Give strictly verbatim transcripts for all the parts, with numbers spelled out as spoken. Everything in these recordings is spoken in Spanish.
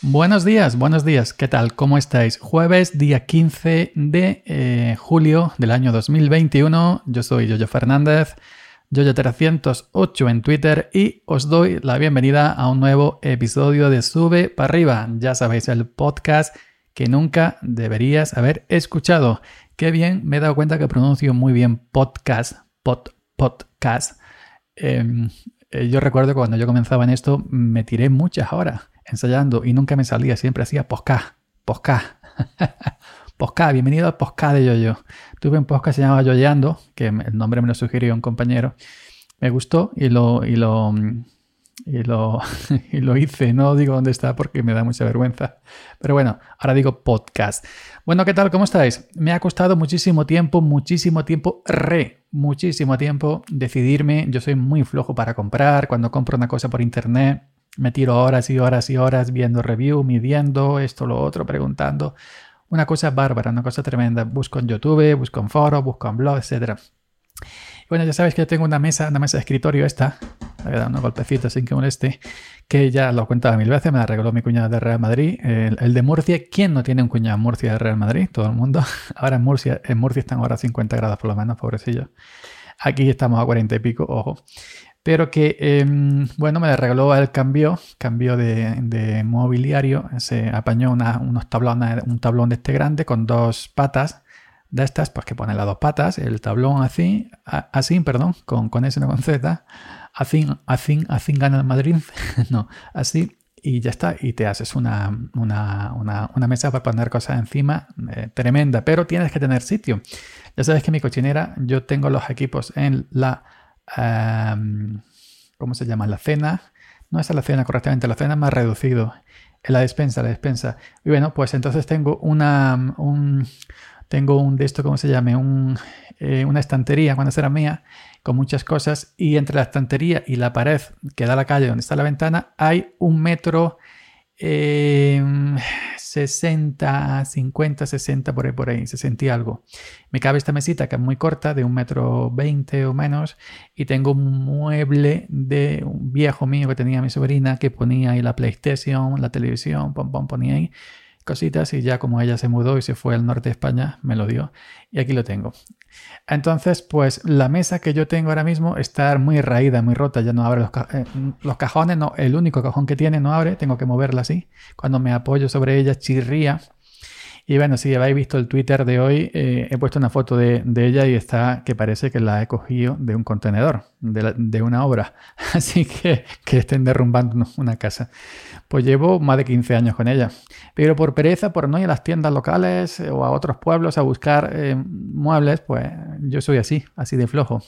Buenos días, buenos días. ¿Qué tal? ¿Cómo estáis? Jueves, día quince de eh, julio del año dos mil veintiuno. Yo soy Yoyo Fernández, Yoyo trescientos ocho en Twitter y os doy la bienvenida a un nuevo episodio de Sube para Arriba. Ya sabéis, el podcast que nunca deberías haber escuchado. Qué bien, me he dado cuenta que pronuncio muy bien podcast, pod, podcast. Eh, eh, yo recuerdo que cuando yo comenzaba en esto me tiré muchas horas ensayando y nunca me salía, siempre hacía podcast, podcast, podcast, bienvenido al podcast de Yoyo. Tuve un podcast que se llamaba Yoyeando, que el nombre me lo sugirió un compañero, me gustó y lo, y lo, y lo, y lo hice. No digo dónde está porque me da mucha vergüenza, pero bueno, ahora digo podcast. Bueno, ¿qué tal? ¿Cómo estáis? Me ha costado muchísimo tiempo, muchísimo tiempo, re, muchísimo tiempo decidirme. Yo soy muy flojo para comprar. Cuando compro una cosa por internet me tiro horas y horas y horas viendo review, midiendo esto, lo otro, preguntando. Una cosa bárbara, una cosa tremenda. Busco en YouTube, busco en foros, busco en blogs, etcétera. Bueno, ya sabéis que yo tengo una mesa, una mesa de escritorio esta. Le voy a dar unos golpecitos sin que moleste. Que ya lo he contado mil veces, me la regaló mi cuñado de Real Madrid. El, el de Murcia. ¿Quién no tiene un cuñado en Murcia de Real Madrid? Todo el mundo. Ahora en Murcia, en Murcia están ahora a cincuenta grados por lo menos, pobrecillo. Aquí estamos a cuarenta y pico, ojo. Pero que, eh, bueno, me la regaló el cambio, cambio de, de mobiliario. Se apañó una, unos tablones, un tablón de este grande con dos patas de estas, pues que pone las dos patas, el tablón así, a, así, perdón, con, con S no con Z, así, así, así gana el Madrid, no, así, y ya está, y te haces una, una, una, una mesa para poner cosas encima, eh, tremenda, pero tienes que tener sitio. Ya sabes que en mi cochinera yo tengo los equipos en la... Um, ¿cómo se llama? La cena. No es la cena correctamente, la cena más reducido. En la despensa, la despensa. Y bueno, pues entonces tengo una un tengo un de esto, ¿cómo se llama? Un, eh, una estantería, cuando era mía, con muchas cosas. Y entre la estantería y la pared que da a la calle donde está la ventana, hay un metro eh, sesenta, cincuenta, sesenta, por ahí, por ahí, sesenta y algo. Me cabe esta mesita que es muy corta, de un metro veinte o menos, y tengo un mueble de un viejo mío que tenía mi sobrina, que ponía ahí la PlayStation, la televisión, pom, pom, ponía ahí cositas, y ya como ella se mudó y se fue al norte de España, me lo dio, y aquí lo tengo. Entonces, pues la mesa que yo tengo ahora mismo está muy raída, muy rota, ya no abre los, ca eh, los cajones, no, el único cajón que tiene no abre, tengo que moverla así. Cuando me apoyo sobre ella chirría. Y bueno, si habéis visto el Twitter de hoy, eh, he puesto una foto de, de ella y está que parece que la he cogido de un contenedor, de, la, de una obra. Así que, que estén derrumbando una casa. Pues llevo más de quince años con ella. Pero por pereza, por no ir a las tiendas locales o a otros pueblos a buscar eh, muebles, pues yo soy así, así de flojo.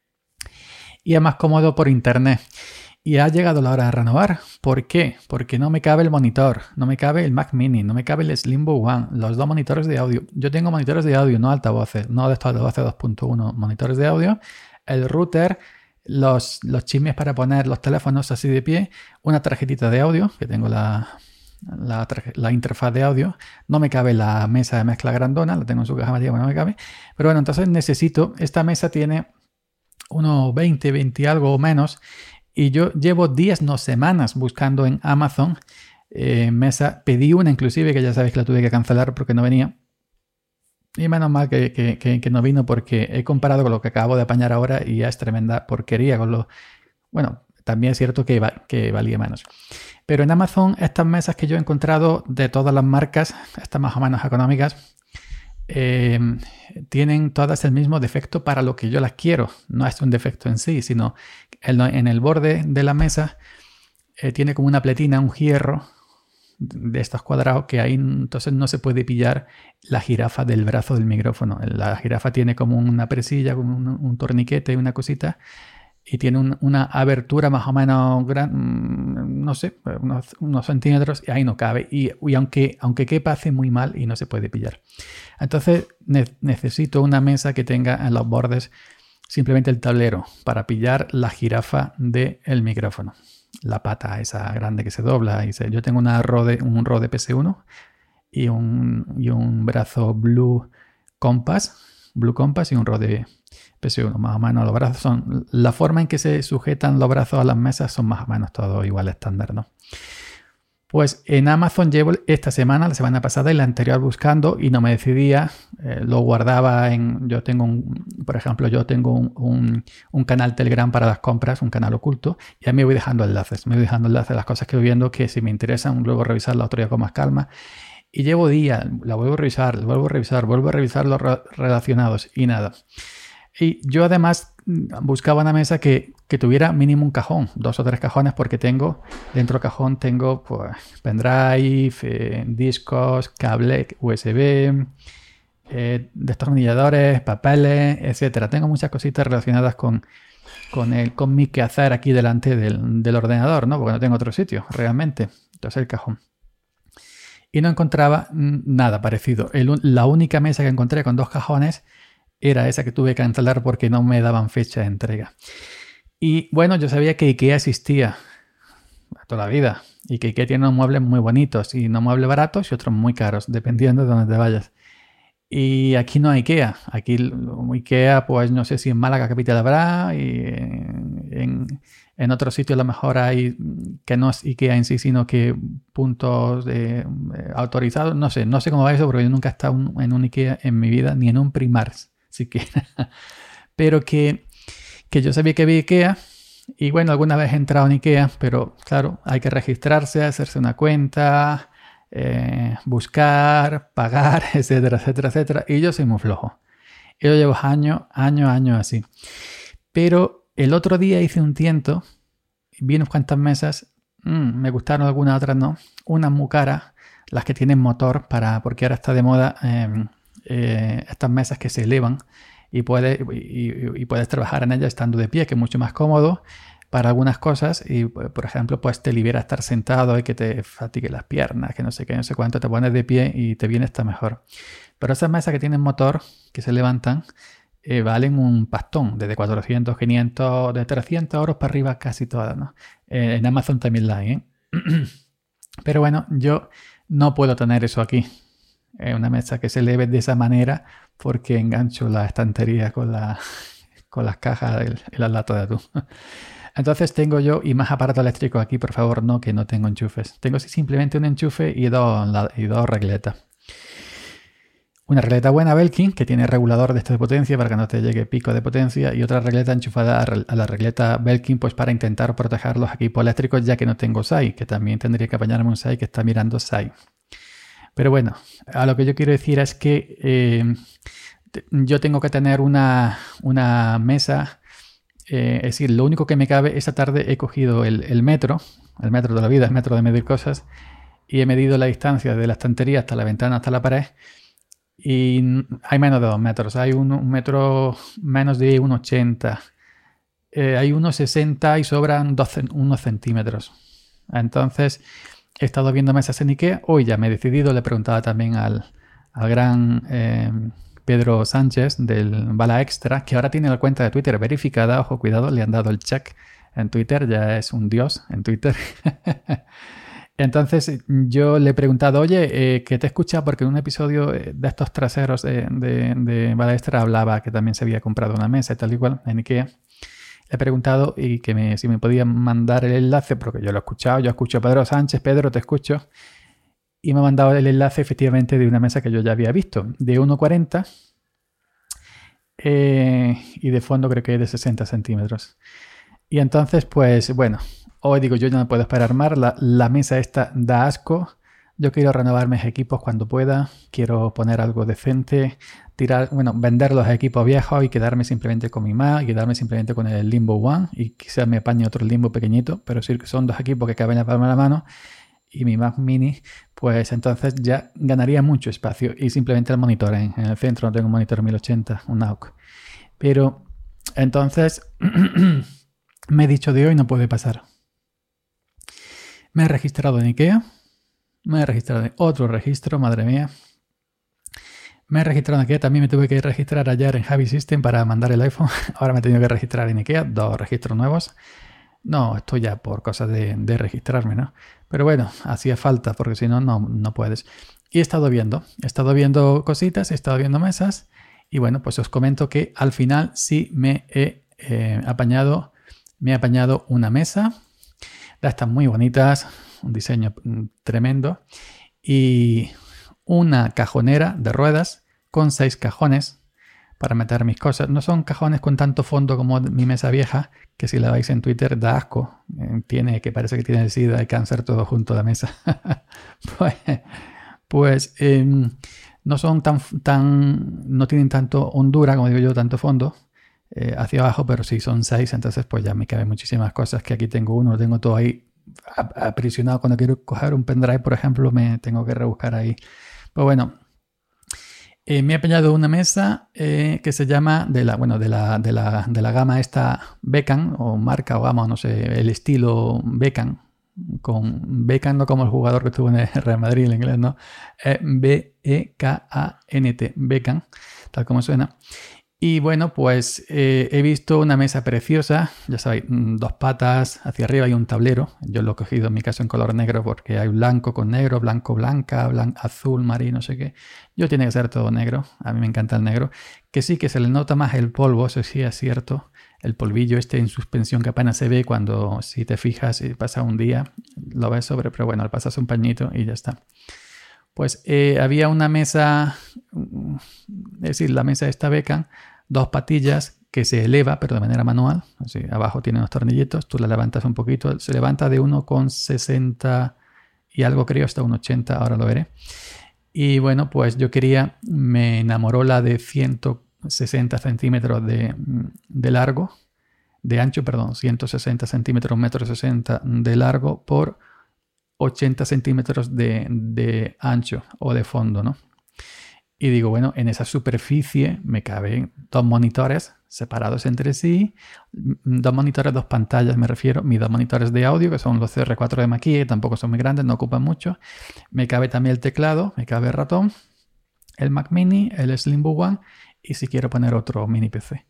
Y es más cómodo por internet. Y ha llegado la hora de renovar. ¿Por qué? Porque no me cabe el monitor, no me cabe el Mac Mini, no me cabe el Slimbook One, los dos monitores de audio. Yo tengo monitores de audio, no altavoces, no de estos altavoces dos punto uno, monitores de audio, el router, los, los chismes para poner los teléfonos así de pie, una tarjetita de audio, que tengo la, la, la interfaz de audio, no me cabe la mesa de mezcla grandona, la tengo en su caja metida, no me cabe. Pero bueno, entonces necesito, esta mesa tiene unos veinte, veinte y algo o menos. Y yo llevo días, no semanas, buscando en Amazon eh, mesa. Pedí una inclusive, que ya sabéis que la tuve que cancelar porque no venía. Y menos mal que, que, que, que no vino, porque he comparado con lo que acabo de apañar ahora y ya es tremenda porquería. Con lo... Bueno, también es cierto que, va, que valía menos. Pero en Amazon, estas mesas que yo he encontrado de todas las marcas, estas más o menos económicas, Eh, tienen todas el mismo defecto para lo que yo las quiero. No es un defecto en sí, sino el, en el borde de la mesa eh, tiene como una pletina, un hierro de estos cuadrados que ahí entonces no se puede pillar la jirafa del brazo del micrófono. La jirafa tiene como una presilla, como un, un torniquete, una cosita, y tiene un, una abertura más o menos gran, no sé, unos, unos centímetros, y ahí no cabe. Y, y aunque, aunque quepa, hace muy mal y no se puede pillar. Entonces ne necesito una mesa que tenga en los bordes simplemente el tablero para pillar la jirafa del micrófono. La pata esa grande que se dobla. Y se, yo tengo una Rode, un Rode P S uno y un, y un brazo Blue Compass, Blue Compass y un Rode P S uno. Más o menos los brazos son... La forma en que se sujetan los brazos a las mesas son más o menos todos igual estándar, ¿no? Pues en Amazon llevo esta semana, la semana pasada y la anterior buscando y no me decidía. Eh, lo guardaba en... Yo tengo un... Por ejemplo, yo tengo un, un, un canal Telegram para las compras, un canal oculto, y ahí me voy dejando enlaces. Me voy dejando enlaces de las cosas que voy viendo que si me interesan, luego revisarlas otro día con más calma. Y llevo días, la vuelvo a revisar, la vuelvo a revisar, vuelvo a revisar los re- relacionados y nada. Y yo además buscaba una mesa que, que tuviera mínimo un cajón, dos o tres cajones, porque tengo, dentro del cajón tengo pues pendrive, eh, discos, cable U S B, eh, destornilladores, papeles, etcétera. Tengo muchas cositas relacionadas con, con, el, con mi quehacer aquí delante del, del ordenador, ¿no? Porque no tengo otro sitio realmente. Entonces el cajón. Y no encontraba nada parecido. El, la única mesa que encontré con dos cajones era esa que tuve que cancelar porque no me daban fecha de entrega. Y bueno, yo sabía que IKEA existía toda la vida y que IKEA tiene unos muebles muy bonitos y unos muebles baratos y otros muy caros, dependiendo de dónde te vayas. Y aquí no hay IKEA. Aquí IKEA, pues no sé si en Málaga capital habrá y en, en otros sitios a lo mejor hay que no es IKEA en sí, sino que puntos de, eh, autorizados. No sé, no sé cómo va eso porque yo nunca he estado en un IKEA en mi vida, ni en un Primark siquiera. Pero que, que yo sabía que había IKEA y bueno, alguna vez he entrado en IKEA, pero claro, hay que registrarse, hacerse una cuenta, eh, buscar, pagar, etcétera, etcétera, etcétera. Y yo soy muy flojo. Yo llevo años, años, años así. Pero el otro día hice un tiento, vi unas cuantas mesas, mmm, me gustaron algunas, otras no. Unas muy caras, las que tienen motor, para, porque ahora está de moda eh, eh, estas mesas que se elevan y puedes, y, y puedes trabajar en ellas estando de pie, que es mucho más cómodo para algunas cosas y, por ejemplo, pues te libera estar sentado y que te fatigue las piernas, que no sé qué, no sé cuánto, te pones de pie y te viene hasta mejor. Pero esas mesas que tienen motor, que se levantan, eh, valen un pastón, desde cuatrocientos, quinientos, de trescientos euros para arriba casi todas, ¿no? Eh, en Amazon también la hay, ¿eh? Pero bueno, yo no puedo tener eso aquí. Eh, una mesa que se eleve de esa manera porque engancho la estantería con, la, con las cajas del, y las latas de atún. Entonces tengo yo, y más aparato eléctrico aquí, por favor, no, que no tengo enchufes. Tengo simplemente un enchufe y dos, y dos regletas. Una regleta buena Belkin, que tiene regulador de esto de potencia para que no te llegue pico de potencia, y otra regleta enchufada a la regleta Belkin pues para intentar proteger los equipos eléctricos, ya que no tengo S A I, que también tendría que apañarme un S A I que está mirando S A I. Pero bueno, a lo que yo quiero decir es que eh, yo tengo que tener una, una mesa, eh, es decir, lo único que me cabe, esta tarde he cogido el, el metro, el metro de la vida, el metro de medir cosas, y he medido la distancia de la estantería hasta la ventana, hasta la pared, y hay menos de dos metros, hay un, un metro menos de uno ochenta, eh, hay uno sesenta y sobran dos, unos centímetros. Entonces he estado viendo mesas en IKEA. Hoy ya me he decidido, le preguntaba también al, al gran eh, Pedro Sánchez del Bala Extra, que ahora tiene la cuenta de Twitter verificada. Ojo, cuidado, le han dado el check en Twitter, ya es un dios en Twitter. Entonces yo le he preguntado, oye, eh, que te he escuchado porque en un episodio de estos traseros de, de, de Bala Extra hablaba que también se había comprado una mesa y tal y cual en IKEA. Le he preguntado y que me, si me podía mandar el enlace, porque yo lo he escuchado, yo escucho a Pedro Sánchez, Pedro, te escucho. Y me ha mandado el enlace efectivamente de una mesa que yo ya había visto, de uno cuarenta eh, y de fondo creo que es de sesenta centímetros. Y entonces, pues bueno, hoy digo, yo ya no puedo esperar más, la, la mesa esta da asco. Yo quiero renovar mis equipos cuando pueda, quiero poner algo decente, tirar, bueno, vender los equipos viejos y quedarme simplemente con mi Mac, y quedarme simplemente con el Limbo One y quizás me apañe otro Limbo pequeñito, pero sí que son dos equipos que caben en la palma de la mano y mi Mac Mini, pues entonces ya ganaría mucho espacio y simplemente el monitor en, en el centro, no tengo un monitor mil ochenta, un A U C. Pero entonces me he dicho de hoy no puede pasar. Me he registrado en IKEA. Me he registrado en otro registro, madre mía. Me he registrado en IKEA. También me tuve que registrar ayer en Javi System para mandar el iPhone. Ahora me he tenido que registrar en IKEA. Dos registros nuevos. No, esto ya por cosas de, de registrarme, ¿no? Pero bueno, hacía falta porque si no, no, no puedes. Y he estado viendo. He estado viendo cositas, he estado viendo mesas. Y bueno, pues os comento que al final sí me he eh, apañado, me he apañado una mesa. Están muy bonitas, un diseño tremendo. Y una cajonera de ruedas con seis cajones para meter mis cosas. No son cajones con tanto fondo como mi mesa vieja, que si la veis en Twitter da asco. Tiene, que parece que tiene sida y cáncer todo junto a la mesa. pues pues eh, no son tan, tan, no tienen tanto hondura, como digo yo, tanto fondo eh, hacia abajo, pero sí son seis, entonces pues ya me caben muchísimas cosas, que aquí tengo uno, lo tengo todo ahí aprisionado. Cuando quiero coger un pendrive, por ejemplo, me tengo que rebuscar ahí. Pues bueno, Eh, me he apañado una mesa eh, que se llama de la, bueno, de la, de la, de la gama esta Bekan, o marca o gama, no sé, el estilo Bekan, con Bekan, no como el jugador que estuvo en el Real Madrid en inglés, ¿no? Eh, B E K A N T, Bekan, tal como suena. Y bueno, pues eh, he visto una mesa preciosa, ya sabéis, dos patas hacia arriba y un tablero. Yo lo he cogido en mi caso en color negro porque hay blanco con negro, blanco, blanca, blan- azul, marino, no sé qué. Yo tiene que ser todo negro, a mí me encanta el negro. Que sí, que se le nota más el polvo, eso sí es cierto. El polvillo este en suspensión que apenas se ve cuando, si te fijas y pasa un día, lo ves sobre, pero bueno, al pasarse un pañito y ya está. Pues eh, había una mesa, es decir, la mesa esta Bekan, dos patillas que se eleva, pero de manera manual. Así, abajo tiene unos tornillitos, tú la levantas un poquito, se levanta de uno coma sesenta y algo, creo, hasta uno coma ochenta, ahora lo veré. Y bueno, pues yo quería, me enamoró la de ciento sesenta centímetros de, de largo, de ancho, perdón, ciento sesenta centímetros, un metro sesenta de largo por ochenta centímetros de, de ancho o de fondo, ¿no? Y digo, bueno, en esa superficie me caben dos monitores separados entre sí, dos monitores, dos pantallas me refiero, mis dos monitores de audio, que son los C R cuatro de Mackie, que tampoco son muy grandes, no ocupan mucho. Me cabe también el teclado, me cabe el ratón, el Mac Mini, el Slimbook One, y si quiero poner otro mini P C.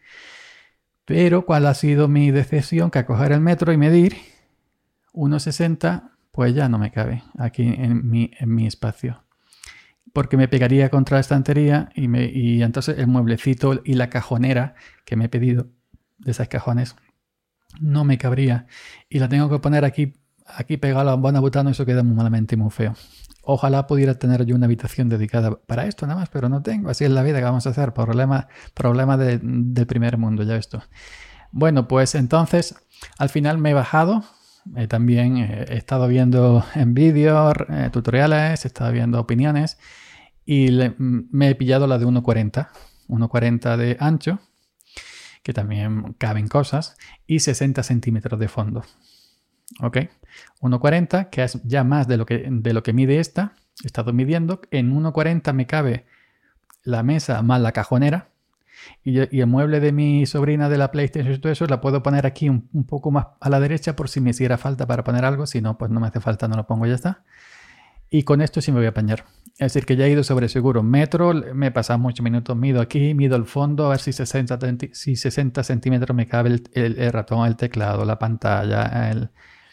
Pero ¿cuál ha sido mi decisión? Que a coger el metro y medir uno sesenta, pues ya no me cabe aquí en mi, en mi espacio. Porque me pegaría contra la estantería y, me, y entonces el mueblecito y la cajonera que me he pedido de esos cajones no me cabría. Y la tengo que poner aquí, aquí pegada a la buena butano, y eso queda muy malamente y muy feo. Ojalá pudiera tener yo una habitación dedicada para esto nada más, pero no tengo. Así es la vida que vamos a hacer. Problema, problema de, del primer mundo, ya esto. Bueno, pues entonces al final me he bajado. Eh, también eh, he estado viendo en vídeos, eh, tutoriales, he estado viendo opiniones y le, me he pillado la de uno cuarenta, uno cuarenta de ancho, que también caben cosas, y sesenta centímetros de fondo. ¿Ok? uno cuarenta, que es ya más de lo que, de lo que mide esta. He estado midiendo. En uno cuarenta me cabe la mesa más la cajonera. Y, y el mueble de mi sobrina de la PlayStation y todo eso la puedo poner aquí un, un poco más a la derecha por si me hiciera falta para poner algo. Si no, pues no me hace falta, no lo pongo y ya está. Y con esto sí me voy a apañar. Es decir, que ya he ido sobre seguro. Metro, me he pasado muchos minutos, mido aquí, mido el fondo, a ver si sesenta, si sesenta centímetros me cabe el, el, el ratón, el teclado, la pantalla, el,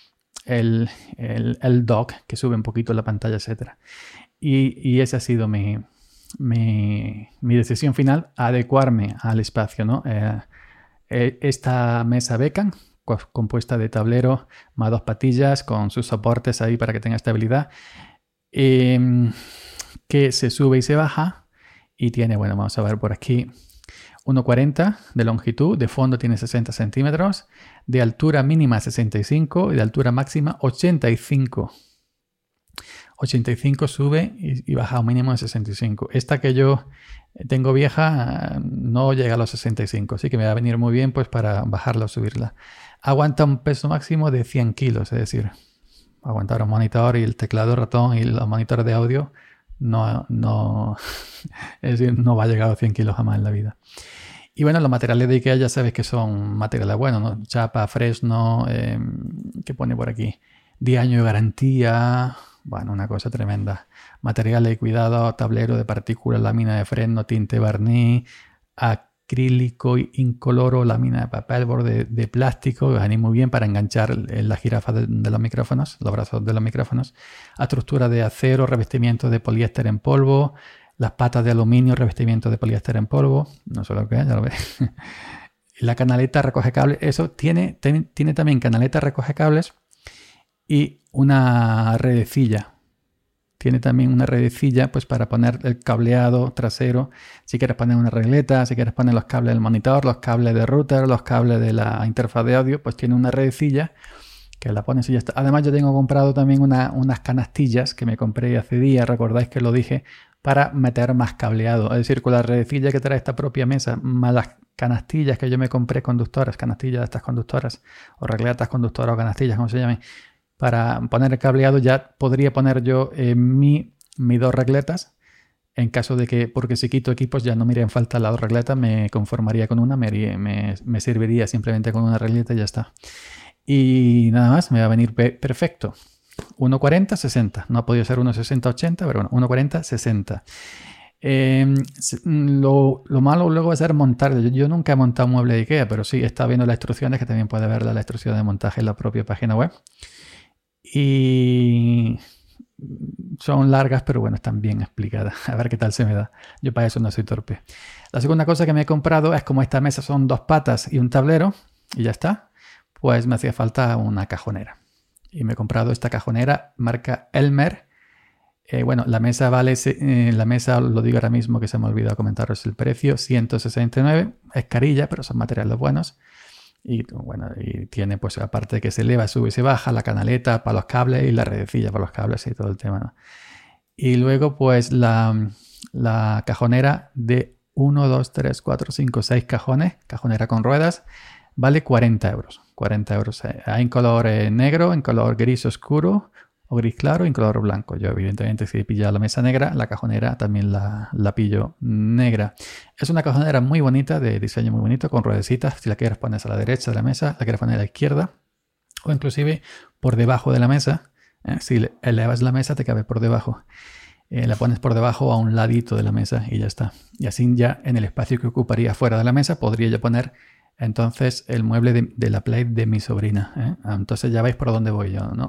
el, el, el dock que sube un poquito la pantalla, etcétera. Y, y ese ha sido mi... Mi, mi decisión final, adecuarme al espacio, ¿no? Eh, eh, esta mesa Bekan, compuesta de tablero más dos patillas con sus soportes ahí para que tenga estabilidad, eh, que se sube y se baja y tiene, bueno, vamos a ver por aquí, uno cuarenta de longitud, de fondo tiene sesenta centímetros, de altura mínima sesenta y cinco y de altura máxima ochenta y cinco. ochenta y cinco sube y, y baja a un mínimo de sesenta y cinco. Esta que yo tengo vieja no llega a los sesenta y cinco, así que me va a venir muy bien pues para bajarla o subirla. Aguanta un peso máximo de cien kilos, es decir, aguantar un monitor y el teclado, ratón y los monitores de audio no, no, es decir, no va a llegar a cien kilos jamás en la vida. Y bueno, los materiales de IKEA ya sabes que son materiales buenos, ¿no? Chapa, fresno, eh, ¿qué pone por aquí? diez años de garantía. Bueno, una cosa tremenda. Materiales de cuidado, tablero de partículas, lámina de fresno, tinte barniz, acrílico incoloro, lámina de papel, borde de plástico, que van muy bien para enganchar la jirafa de, de los micrófonos, los brazos de los micrófonos. Estructura de acero, revestimiento de poliéster en polvo, las patas de aluminio, revestimiento de poliéster en polvo. No sé lo que es, ya lo ves. La canaleta recoge cables, eso tiene, tiene, tiene también canaleta recoge cables. y una redecilla. Tiene también una redecilla pues, para poner el cableado trasero. Si quieres poner una regleta, si quieres poner los cables del monitor, los cables de router, los cables de la interfaz de audio, pues tiene una redecilla que la pones y ya está. Además yo tengo comprado también una, unas canastillas que me compré hace días, recordáis que lo dije, para meter más cableado. Es decir, con la redecilla que trae esta propia mesa, más las canastillas que yo me compré conductoras, canastillas de estas conductoras, o regletas conductoras o canastillas, como se llamen, para poner el cableado, ya podría poner yo eh, mi, mis dos regletas en caso de que, porque si quito equipos ya no me irían falta las dos regletas, me conformaría con una, me, me, me serviría simplemente con una regleta y ya está. Y nada más, me va a venir pe perfecto. uno cuarenta sesenta, no ha podido ser uno sesenta ochenta, pero bueno, uno cuarenta sesenta. Eh, lo, lo malo luego va a ser montar. Yo, yo nunca he montado un mueble de IKEA, pero sí he estado viendo las instrucciones, que también puede ver la instrucción de montaje en la propia página web. Y son largas, pero bueno, están bien explicadas. A ver qué tal se me da. Yo para eso no soy torpe. La segunda cosa que me he comprado es, como esta mesa son dos patas y un tablero, y ya está, pues me hacía falta una cajonera. Y me he comprado esta cajonera marca Elmer. Eh, bueno, la mesa vale, eh, la mesa, lo digo ahora mismo que se me ha olvidado comentaros el precio, ciento sesenta y nueve. Es carilla, pero son materiales buenos. Y bueno, y tiene pues aparte de que se eleva, sube y se baja, la canaleta para los cables y la redecilla para los cables y todo el tema, ¿no? Y luego pues la, la cajonera de uno, dos, tres, cuatro, cinco, seis cajones, cajonera con ruedas, vale cuarenta euros. cuarenta euros. Hay en color eh, negro, en color gris oscuro o gris claro y en color blanco. Yo evidentemente si he pillado la mesa negra, la cajonera también la, la pillo negra. Es una cajonera muy bonita, de diseño muy bonito, con ruedecitas. Si la quieres poner a la derecha de la mesa, la quieres poner a la izquierda o inclusive por debajo de la mesa. ¿eh? Si elevas la mesa te cabe por debajo. Eh, la pones por debajo a un ladito de la mesa y ya está. Y así ya en el espacio que ocuparía fuera de la mesa podría yo poner entonces el mueble de, de la plate de mi sobrina. ¿eh? Entonces ya veis por dónde voy yo, ¿no?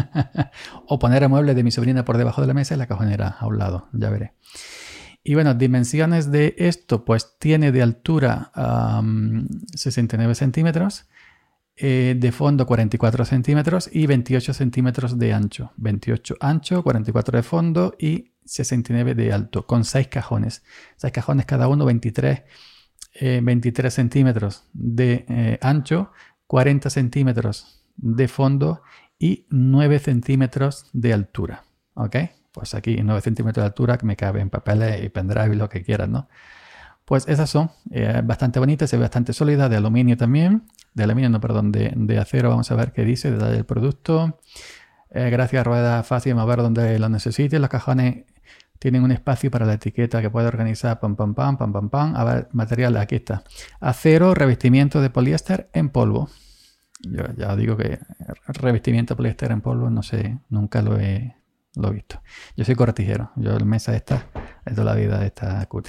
O poner el mueble de mi sobrina por debajo de la mesa y la cajonera a un lado, ya veré. Y bueno, dimensiones de esto, pues tiene de altura um, sesenta y nueve centímetros, eh, de fondo cuarenta y cuatro centímetros y veintiocho centímetros de ancho. veintiocho ancho, cuarenta y cuatro de fondo y sesenta y nueve de alto, con seis cajones. seis cajones cada uno, veintitrés Eh, veintitrés centímetros de eh, ancho, cuarenta centímetros de fondo y nueve centímetros de altura. ¿Ok? Pues aquí nueve centímetros de altura que me cabe en papeles y pendrive y lo que quieras, ¿no? Pues esas son eh, bastante bonitas, se ve bastante sólida, de aluminio también. De aluminio, no, perdón, de, de acero. Vamos a ver qué dice, detalle del producto. Eh, gracias a ruedas fácil de mover donde lo necesite. Los cajones tienen un espacio para la etiqueta que puede organizar, pam, pam, pam, pam, pam, pam. A ver, material, aquí está. Acero, revestimiento de poliéster en polvo. Yo ya digo que revestimiento de poliéster en polvo, no sé, nunca lo he, lo he visto. Yo soy cortijero, yo la mesa esta, de toda la vida esta cutre.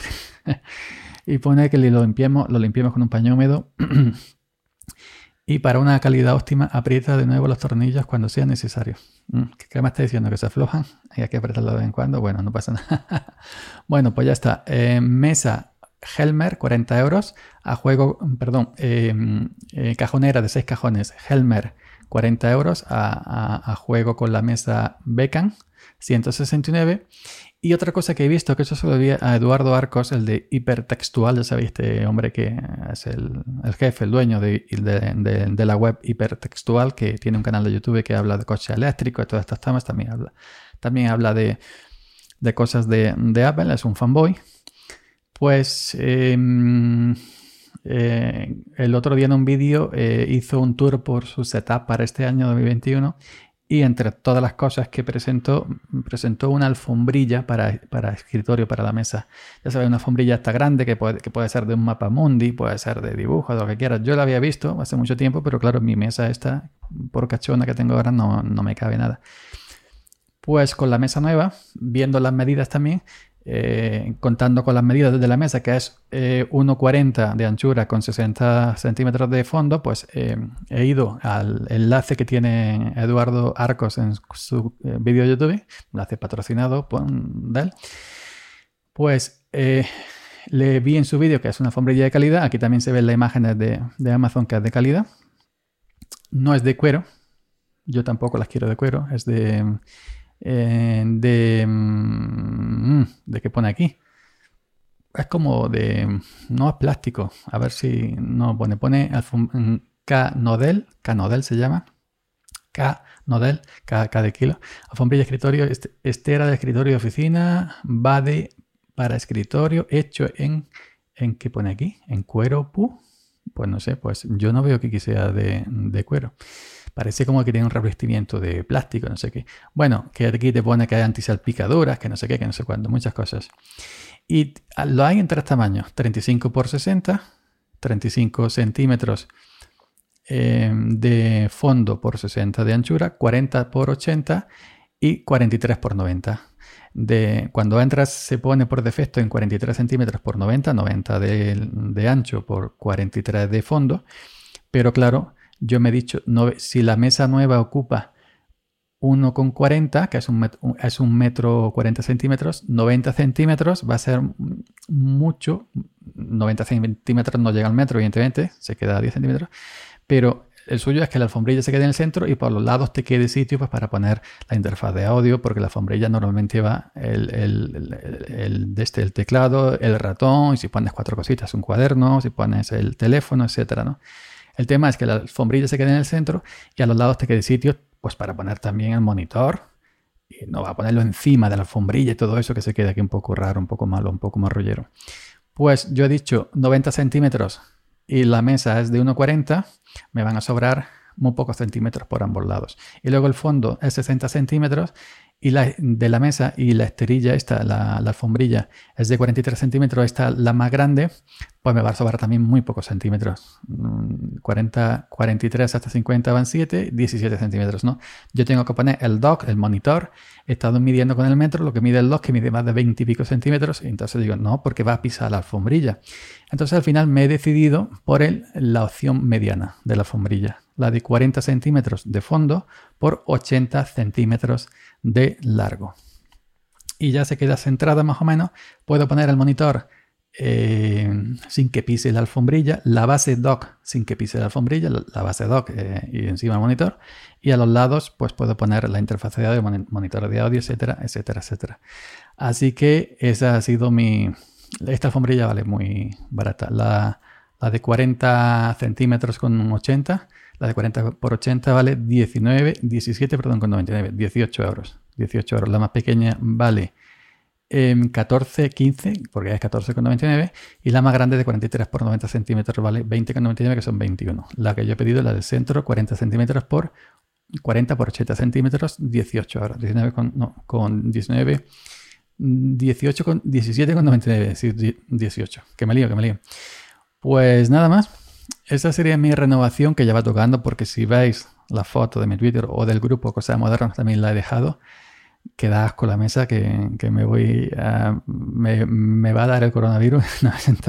Y pone que lo limpiemos, lo limpiemos con un paño húmedo. Y para una calidad óptima, aprieta de nuevo los tornillos cuando sea necesario. ¿Qué me está diciendo? ¿Que se aflojan? Hay que apretarlo de vez en cuando. Bueno, no pasa nada. Bueno, pues ya está. Eh, mesa Helmer, cuarenta euros. A juego, perdón, eh, eh, cajonera de seis cajones Helmer, cuarenta euros. A, a, a juego con la mesa Becan, ciento sesenta y nueve. Y otra cosa que he visto, que eso se lo vi a Eduardo Arcos, el de Hipertextual, ya sabéis, este hombre que es el, el jefe, el dueño de, de, de, de la web Hipertextual, que tiene un canal de YouTube que habla de coches eléctricos y todos estos temas, también habla, también habla de, de cosas de, de Apple, es un fanboy. Pues eh, eh, el otro día en un vídeo eh, hizo un tour por su setup para este año dos mil veintiuno. Y entre todas las cosas que presentó, presentó una alfombrilla para, para escritorio, para la mesa. Ya sabes, una alfombrilla esta grande que puede, que puede ser de un mapa mundi, puede ser de dibujo, de lo que quieras. Yo la había visto hace mucho tiempo, pero claro, en mi mesa esta, por cachona que tengo ahora, no, no me cabe nada. Pues con la mesa nueva, viendo las medidas también, eh, contando con las medidas de la mesa, que es eh, uno cuarenta de anchura con sesenta centímetros de fondo, pues eh, he ido al enlace que tiene Eduardo Arcos en su eh, vídeo de YouTube, enlace patrocinado por, de él. Pues eh, le vi en su vídeo que es una alfombrilla de calidad. Aquí también se ven las imágenes de, de Amazon, que es de calidad. No es de cuero, Yo tampoco las quiero de cuero. Es de... Eh, de... mm, ¿De qué pone aquí? Es como de... No es plástico. A ver si... No pone... Pone alfom- K-Nodel. K-Nodel se llama. K-Nodel. K, K de kilo. Alfombrilla de escritorio. Este, estera de escritorio de oficina. Bade para escritorio. Hecho en... ¿En qué pone aquí? ¿En cuero pu? Pues no sé. Pues yo no veo que aquí sea de, de cuero. Parece como que tiene un revestimiento de plástico, no sé qué. Bueno, que aquí te pone que hay antisalpicaduras, que no sé qué, que no sé cuándo, muchas cosas. Y lo hay en tres tamaños, treinta y cinco por sesenta, treinta y cinco centímetros eh, de fondo por sesenta de anchura, cuarenta por ochenta y cuarenta y tres por noventa. De, cuando entras se pone por defecto en cuarenta y tres centímetros por noventa, noventa de, de ancho por cuarenta y tres de fondo, pero claro, yo me he dicho, no, si la mesa nueva ocupa uno coma cuarenta, que es un, metro, es un metro cuarenta centímetros, noventa centímetros va a ser mucho. noventa centímetros no llega al metro, evidentemente, se queda a diez centímetros, pero el suyo es que la alfombrilla se quede en el centro y por los lados te quede sitio pues, para poner la interfaz de audio, porque la alfombrilla normalmente va el, el, el, el, desde el teclado, el ratón, y si pones cuatro cositas, un cuaderno, si pones el teléfono, etcétera, ¿no? El tema es que la alfombrilla se quede en el centro y a los lados te quede sitio pues, para poner también el monitor. Y no va a ponerlo encima de la alfombrilla y todo eso que se queda aquí un poco raro, un poco malo, un poco más rollero. Pues yo he dicho noventa centímetros y la mesa es de uno coma cuarenta, me van a sobrar muy pocos centímetros por ambos lados. Y luego el fondo es sesenta centímetros y la, de la mesa y la esterilla, esta, la, la alfombrilla, es de cuarenta y tres centímetros, esta la más grande, pues me va a sobrar también muy pocos centímetros. cuarenta, cuarenta y tres hasta cincuenta van siete, diecisiete centímetros, ¿no? Yo tengo que poner el dock, el monitor, he estado midiendo con el metro, lo que mide el dock, que mide más de veinte y pico centímetros, y entonces digo, no, porque va a pisar la alfombrilla. Entonces al final me he decidido por el, la opción mediana de la alfombrilla, la de cuarenta centímetros de fondo por ochenta centímetros de largo. Y ya se queda centrada más o menos. Puedo poner el monitor eh, sin que pise la alfombrilla, la base dock sin que pise la alfombrilla, la base dock eh, y encima el monitor. Y a los lados pues puedo poner la interfaz de audio, monitor de audio, etcétera, etcétera, etcétera. Así que esa ha sido mi... Esta alfombrilla vale muy barata. La, la de cuarenta centímetros con ochenta, la de cuarenta por ochenta vale diecinueve, diecisiete, perdón, con noventa y nueve, dieciocho euros. dieciocho euros. La más pequeña vale eh, catorce, quince, porque es catorce con noventa y nueve. Y la más grande de cuarenta y tres por noventa centímetros vale veinte con noventa y nueve, que son veintiuno. La que yo he pedido, la del centro, cuarenta centímetros por cuarenta por ochenta centímetros, dieciocho euros. diecinueve con, no, con diecinueve, dieciocho con, diecisiete con noventa y nueve, sí, dieciocho. Que me lío, que me lío. Pues nada más. Esa sería mi renovación que ya va tocando, porque si veis la foto de mi Twitter o del grupo Cosas Modernas, también la he dejado. Queda asco la mesa que, que me voy a, me, me va a dar el coronavirus. No,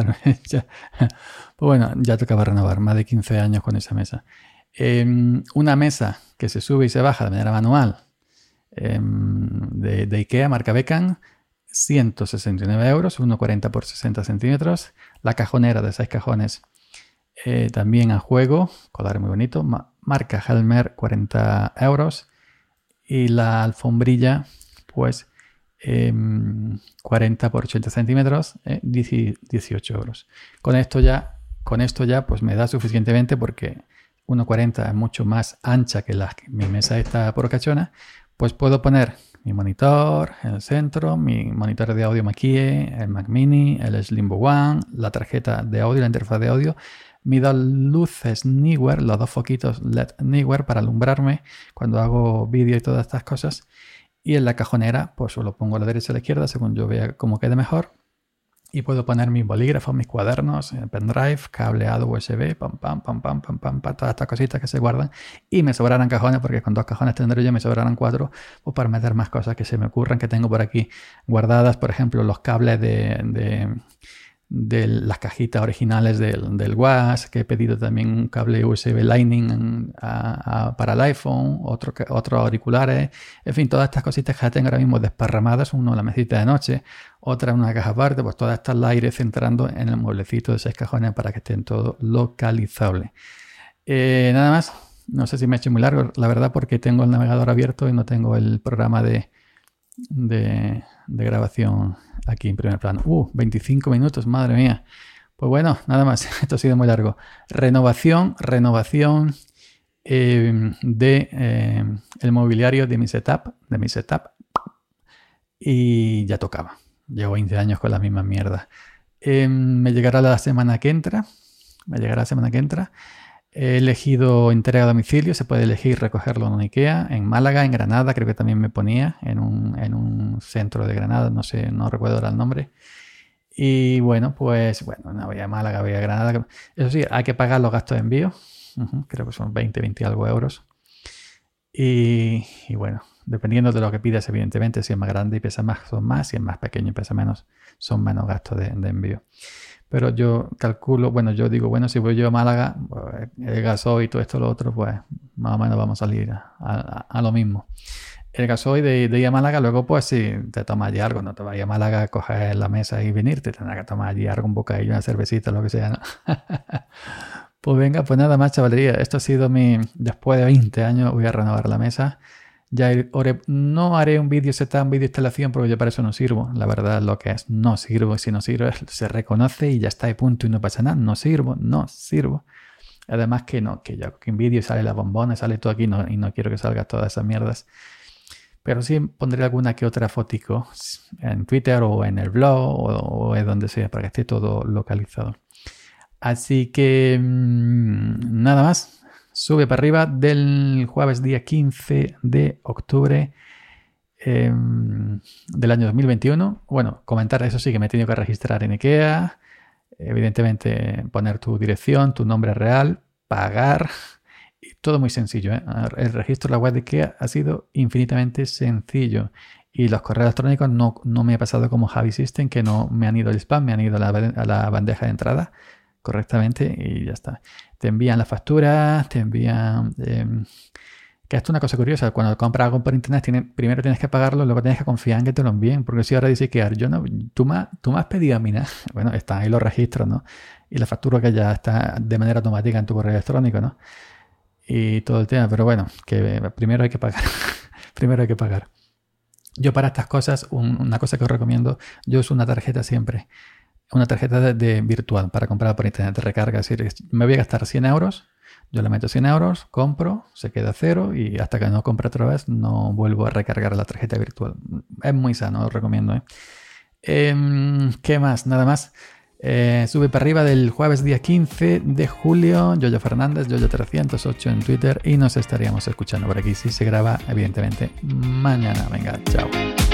ya. Pues bueno, ya tocaba renovar, más de quince años con esa mesa. Eh, una mesa que se sube y se baja de manera manual eh, de, de IKEA, marca Becan, ciento sesenta y nueve euros, uno coma cuarenta por sesenta centímetros. La cajonera de seis cajones, Eh, también a juego, collar muy bonito, ma marca Helmer, cuarenta euros. Y la alfombrilla, pues eh, cuarenta por ochenta centímetros, eh, dieciocho euros. Con esto ya, con esto ya pues me da suficientemente, porque uno coma cuarenta es mucho más ancha que la, mi mesa esta porcachona. Pues puedo poner mi monitor en el centro, mi monitor de audio Mackie, el Mac Mini, el Slimbo One, la tarjeta de audio, la interfaz de audio, mis dos luces Neewer, los dos foquitos L E D Neewer para alumbrarme cuando hago vídeo y todas estas cosas. Y en la cajonera pues lo pongo a la derecha y a la izquierda según yo vea cómo quede mejor. Y puedo poner mis bolígrafos, mis cuadernos, pendrive, cableado U S B, pam, pam, pam, pam, pam, pam, pam, todas estas cositas que se guardan. Y me sobrarán cajones, porque con dos cajones tendré yo, me sobrarán cuatro, pues para meter más cosas que se me ocurran, que tengo por aquí guardadas. Por ejemplo, los cables de... de de las cajitas originales del, del W A S, que he pedido también un cable U S B Lightning a, a, para el iPhone, otro, otros auriculares, en fin, todas estas cositas que tengo ahora mismo desparramadas, uno en la mesita de noche, otra en una caja aparte, pues todas estas las iré centrando en el mueblecito de seis cajones para que estén todos localizables. Eh, nada más, No sé si me he hecho muy largo, la verdad, porque tengo el navegador abierto y no tengo el programa de, de, de grabación aquí en primer plano. Uh, veinticinco minutos, madre mía. Pues bueno, nada más, esto ha sido muy largo. Renovación, renovación eh, de eh, el mobiliario de mi setup, de mi setup. Y ya tocaba. Llevo veinte años con la misma mierda. Eh, me llegará la semana que entra. Me llegará la semana que entra. He elegido entrega a domicilio. Se puede elegir recogerlo en un IKEA. En Málaga, en Granada, creo que también me ponía. En un, en un centro de Granada. No sé, no recuerdo ahora el nombre. Y bueno, pues bueno, no voy a Málaga, voy a Granada. Eso sí, hay que pagar los gastos de envío. Uh-huh, creo que son veinte, veinte y algo euros. Y, y bueno, dependiendo de lo que pidas, evidentemente, si es más grande y pesa más, son más, si es más pequeño y pesa menos, son menos gastos de, de envío. Pero yo calculo, bueno, yo digo, bueno, si voy yo a Málaga, pues, el gasoil y todo esto, lo otro, pues más o menos vamos a salir a, a, a lo mismo. El gasoil de, de ir a Málaga, luego pues si te tomas allí algo, no te vayas a Málaga a coger la mesa y venirte, tendrás que tomar allí algo, un bocadillo, una cervecita, lo que sea, ¿no? Pues venga, pues nada más, chavalería. Esto ha sido mi... Después de veinte años voy a renovar la mesa. Ya haré, no haré un vídeo setup, un vídeo instalación, porque yo para eso no sirvo. La verdad, lo que es, no sirvo. Si no sirvo, se reconoce y ya está de punto y no pasa nada. No sirvo, no sirvo. Además que no, que ya en vídeo sale la bombona, sale todo aquí no, y no quiero que salga todas esas mierdas. Pero sí pondré alguna que otra fotico en Twitter o en el blog o, o en donde sea para que esté todo localizado. Así que mmm, nada más, sube para arriba del jueves día quince de octubre eh, del año dos mil veintiuno. Bueno, comentar eso sí que me he tenido que registrar en IKEA, evidentemente poner tu dirección, tu nombre real, pagar, y todo muy sencillo, ¿eh? El registro de la web de IKEA ha sido infinitamente sencillo. Y los correos electrónicos no, no me ha pasado como Javi System, que no me han ido al spam, me han ido a la, a la bandeja de entrada correctamente y ya está. Te envían la factura, te envían... Eh, que esto es una cosa curiosa, cuando compras algo por internet tiene, primero tienes que pagarlo, luego tienes que confiar en que te lo envíen, porque si ahora dice que yo no, tú me, tú me has pedido a mí nada, bueno, están ahí los registros, ¿no? Y la factura que ya está de manera automática en tu correo electrónico, ¿no? Y todo el tema, pero bueno, que primero hay que pagar, primero hay que pagar. Yo para estas cosas, un, una cosa que os recomiendo, yo uso una tarjeta siempre. Una tarjeta de, de virtual para comprar por internet de recarga. Es decir, me voy a gastar cien euros, yo le meto cien euros, compro, se queda cero y hasta que no compre otra vez no vuelvo a recargar la tarjeta virtual. Es muy sano, os recomiendo. ¿eh? Eh, ¿Qué más? Nada más. Eh, sube para arriba del jueves día quince de julio. Yoyo Fernández, Yoyo trescientos ocho en Twitter y nos estaríamos escuchando por aquí si se graba, evidentemente, mañana. Venga, chao.